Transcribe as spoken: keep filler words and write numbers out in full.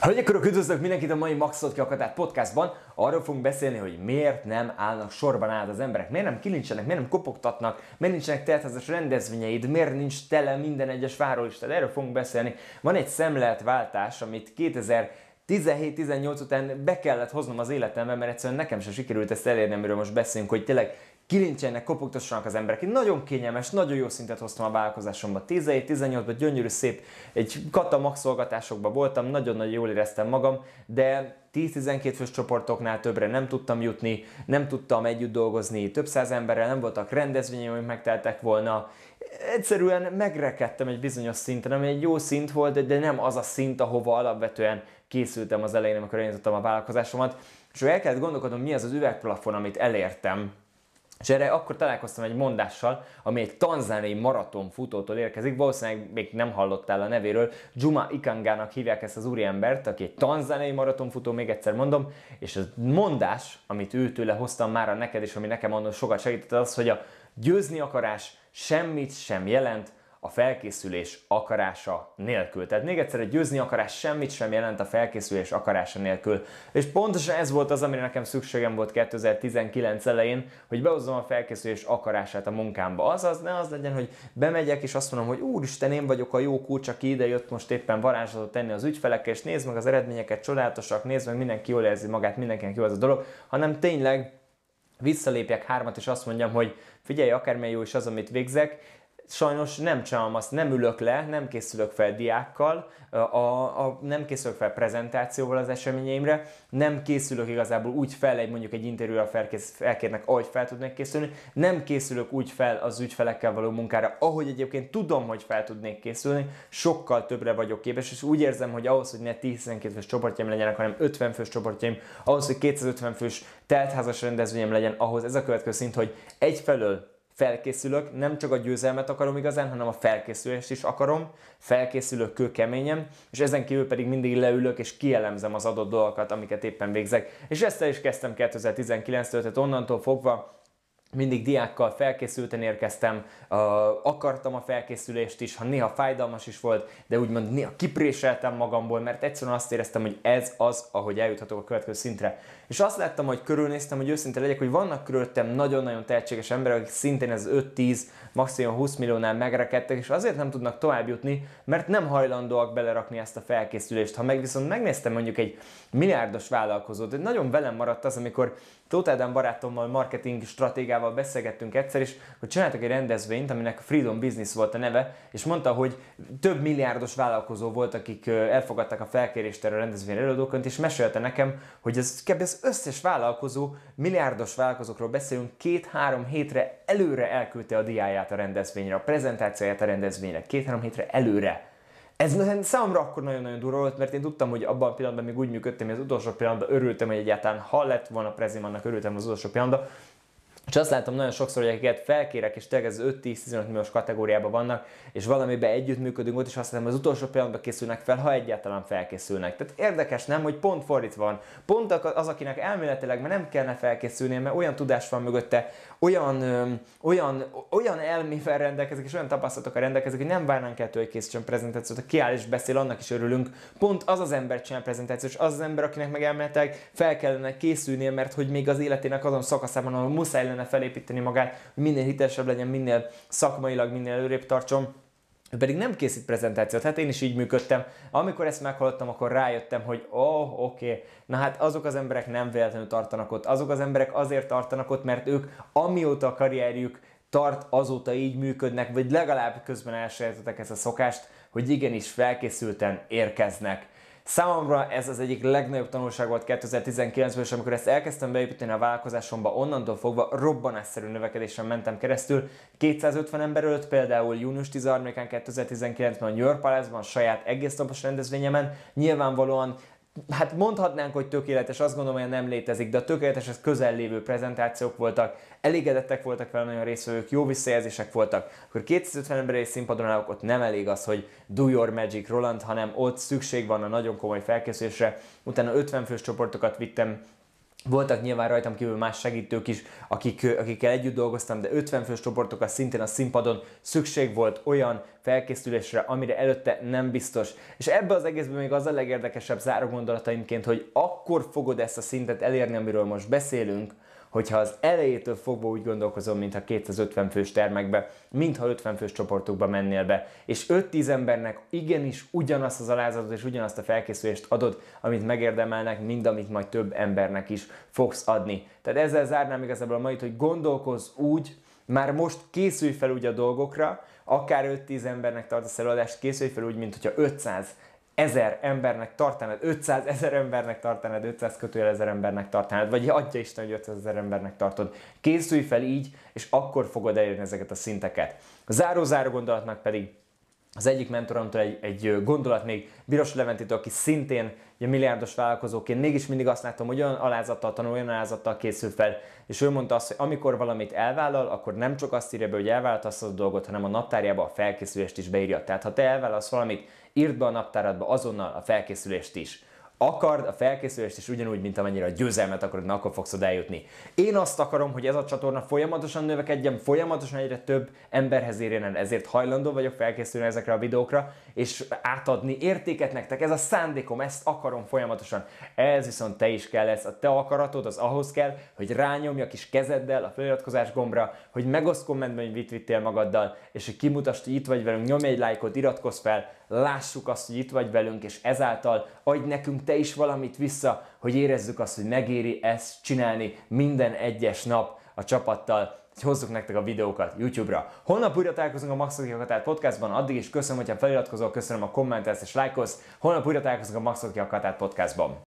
Hölgyek, urak, üdvözlök mindenkit a mai Maxolt ki a Katát podcastban. Arról fogunk beszélni, hogy miért nem állnak sorban át az emberek, miért nem kilincsenek, miért nem kopogtatnak, miért nincsenek teltházas rendezvényeid, miért nincs tele minden egyes várólistad. Erről fogunk beszélni. Van egy szemléletváltás, amit kétezer-tizenhét tizennyolc után be kellett hoznom az életembe, mert egyszerűen nekem sem sikerült ezt elérni, amiről most beszélünk, hogy tényleg kilincsenek, kopogtassanak az emberek. Én nagyon kényelmes, nagyon jó szintet hoztam a vállalkozásomba. tizenhét tizennyolcban gyönyörű, szép, egy kata maxolgatásokban voltam, nagyon-nagyon jól éreztem magam, de tíz-tizenkét fős csoportoknál többre nem tudtam jutni, nem tudtam együtt dolgozni több száz emberrel, nem voltak rendezvények, amik megteltek volna. Egyszerűen megrekedtem egy bizonyos szinten, ami egy jó szint volt, de nem az a szint, ahova alapvetően készültem az elején, amikor elindítottam a vállalkozásomat. És el kellett gondolkodnom, mi az az üvegplafon, amit elértem. És erre akkor találkoztam egy mondással, ami egy tanzániai maratonfutótól érkezik, valószínűleg még nem hallottál a nevéről, Juma Ikangának hívják ezt az úriembert, aki egy tanzániai maratonfutó, még egyszer mondom, és a mondás, amit ő tőle hoztam mára neked, és ami nekem annól sokat segített, az, hogy a győzni akarás semmit sem jelent a felkészülés akarása nélkül. Tehát még egyszer, a győzni akarás semmit sem jelent a felkészülés akarása nélkül. És pontosan ez volt az, amire nekem szükségem volt kétezer-tizenkilenc elején, hogy behozzam a felkészülés akarását a munkámba. Azaz, ne az legyen, hogy bemegyek és azt mondom, hogy úristen, én vagyok a jó kulcs, aki ide jött most éppen varázslatot tenni az ügyfelekkel, és nézd meg az eredményeket, csodálatosak, nézd meg, mindenki jól érzi magát, mindenkinek jó az a dolog, hanem tényleg visszalépjek hármat, és azt mondjam, hogy figyelj, akármilyen jó is az, amit végzek, sajnos nem csinálom azt, nem ülök le, nem készülök fel diákkal, a, a, nem készülök fel prezentációval az eseményeimre, nem készülök igazából úgy fel, egy mondjuk egy interjúra felkérnek, ahogy fel tudnék készülni, nem készülök úgy fel az ügyfelekkel való munkára, ahogy egyébként tudom, hogy fel tudnék készülni, sokkal többre vagyok képes, és úgy érzem, hogy ahhoz, hogy ne tíz-tizenkét fős csoportjaim legyenek, hanem ötven fős csoportjaim, ahhoz, hogy kétszázötven fős teltházas rendezvényem legyen, ahhoz ez a következő szint, hogy egyfelől felkészülök, nem csak a győzelmet akarom igazán, hanem a felkészülést is akarom, felkészülök kőkeményen, és ezen kívül pedig mindig leülök és kielemzem az adott dolgokat, amiket éppen végzek. És ezt el is kezdtem kétezer-tizenkilenctől, tehát onnantól fogva mindig diákkal felkészülten érkeztem, uh, akartam a felkészülést is, ha néha fájdalmas is volt, de úgymond néha kipréseltem magamból, mert egyszerűen azt éreztem, hogy ez az, ahogy eljuthatok a következő szintre. És azt láttam, hogy körülnéztem, hogy őszinte legyek, hogy vannak körülöttem nagyon-nagyon tehetséges emberek, akik szintén ez öt-tíz, maximum húsz milliónál megrekedtek, és azért nem tudnak tovább jutni, mert nem hajlandóak belerakni ezt a felkészülést. Ha meg viszont megnéztem mondjuk egy milliárdos vállalkozót, nagyon velem maradt az, amikor Tóth Ádám barátommal, marketing stratégával beszélgettünk egyszer, és hogy csináltak egy rendezvényt, aminek Freedom Business volt a neve, és mondta, hogy több milliárdos vállalkozó volt, akik elfogadták a felkérést erre a rendezvényre előadóként, és mesélte nekem, hogy az, az összes vállalkozó, milliárdos vállalkozókról beszélünk, két-három hétre előre elküldte a diáját a rendezvényre, a prezentációját a rendezvényre, két-három hétre előre. Ez számomra akkor nagyon-nagyon durva volt, mert én tudtam, hogy abban a pillanatban még úgy működtem, hogy az utolsó pillanatban örültem, hogy egyáltalán ha lett volna prezim, annak örültem az utolsó pillanatban. És azt látom nagyon sokszor, hogy akiket felkérek, és tényleg ez öt-tíz-tizenöt milliós kategóriában vannak, és valamiben együttműködünk ott, és azt látom, hogy az utolsó pillanatban készülnek fel, ha egyáltalán felkészülnek. Tehát érdekes, nem, hogy pont fordítva van. Pont az, akinek elméletileg már nem kellene felkészülnie, mert olyan tudás van mögötte, olyan, öm, olyan, olyan elmével rendelkezik, és olyan tapasztalatokkal rendelkezik, hogy nem várnánk el tőle, hogy készítsen prezentációt, ha kiáll és beszél, annak is örülünk. Pont az az ember csinál prezentációt, és az az ember, akinek meg elméletileg fel kellene készülnie, mert hogy még az életének azon szakaszában, ahol muszáj lenne felépíteni magát, hogy minél hitelesebb legyen, minél szakmailag, minél előrébb tartson. Ő pedig nem készít prezentációt, hát én is így működtem. Amikor ezt meghallottam, akkor rájöttem, hogy ó, oh, oké, okay. Na hát azok az emberek nem véletlenül tartanak ott. Azok az emberek azért tartanak ott, mert ők amióta a karrierjük tart, azóta így működnek, vagy legalább közben elsajátították ezt a szokást, hogy igenis felkészülten érkeznek. Számomra ez az egyik legnagyobb tanulság volt kétezer-tizenkilencben, és amikor ezt elkezdtem beépíteni a vállalkozásomba, onnantól fogva robbanásszerű növekedésen mentem keresztül. kétszázötven ember előtt például június tizenharmadikán kétezer-tizenkilencben a New York Palace-ban a saját egész napos rendezvényemen, nyilvánvalóan hát mondhatnánk, hogy tökéletes, azt gondolom, hogy nem létezik, de a tökéleteshez közel lévő prezentációk voltak, elégedettek voltak vele nagyon résztvevők, jó visszajelzések voltak, akkor kétszázötven ember egy színpadon állok, ott nem elég az, hogy do your magic Roland, hanem ott szükség van a nagyon komoly felkészülésre. Utána ötven fős csoportokat vittem Voltak nyilván rajtam kívül más segítők is, akik, akikkel együtt dolgoztam, de ötven fős csoportokkal szintén a színpadon szükség volt olyan felkészülésre, amire előtte nem biztos. És ebbe az egészben még az a legérdekesebb záró gondolataimként, hogy akkor fogod ezt a szintet elérni, amiről most beszélünk, hogyha az elejétől fogva úgy gondolkozom, mintha kétszázötven fős termekbe, mintha ötven fős csoportokba mennél be, és öt-tíz embernek igenis ugyanazt az alázatot és ugyanazt a felkészülést adod, amit megérdemelnek, mind amit majd több embernek is fogsz adni. Tehát ezzel zárnám igazából a mait, hogy gondolkozz úgy, már most készülj fel úgy a dolgokra, akár öt-tíz embernek tartasz előadást, készülj fel úgy, mint hogyha ötszáz ezer embernek tartanád, ötszáz ezer embernek tartanád, ötszáz kötőjel ezer embernek tartanád, vagy adja Isten, hogy ötszáz ezer embernek tartod. Készülj fel így, és akkor fogod elérni ezeket a szinteket. A záró-záró gondolatnak pedig az egyik mentoromtól egy, egy gondolat még, Biros Leventitől, aki szintén ugye, milliárdos vállalkozóként mégis mindig azt látom, hogy olyan alázattal tanul, olyan alázattal készül fel, és ő mondta azt, hogy amikor valamit elvállal, akkor nem csak azt írja be, hogy elvállalt azt a dolgot, hanem a naptárjába a felkészülést is beírja. Tehát ha te elvállalsz valamit, írd be a naptáradba azonnal a felkészülést is. Akard a felkészülést is ugyanúgy, mint amennyire a győzelmet akarod, na akkor fogsz oda eljutni. Én azt akarom, hogy ez a csatorna folyamatosan növekedjen, folyamatosan egyre több emberhez érjen el, ezért hajlandó vagyok felkészülni ezekre a videókra, és átadni értéket nektek. Ez a szándékom, ezt akarom folyamatosan. Ez viszont te is kell lesz. A te akaratod az ahhoz kell, hogy rányomj a kis kezeddel a feliratkozás gombra, hogy megoszd kommentben, hogy mit vittél magaddal, és hogy kimutasd, hogy itt vagy velünk, nyomj egy lájkot, iratkozz fel, lássuk azt, hogy itt vagy velünk, és ezáltal adj nekünk te is valamit vissza, hogy érezzük azt, hogy megéri ezt csinálni minden egyes nap a csapattal, hogy hozzuk nektek a videókat YouTube-ra. Holnap újra találkozunk a Maxológia Katát podcastban, addig is köszönöm, hogyha feliratkozol, köszönöm a kommentelsz és lájkolsz. Holnap újra találkozunk a Maxológia Katát podcastban.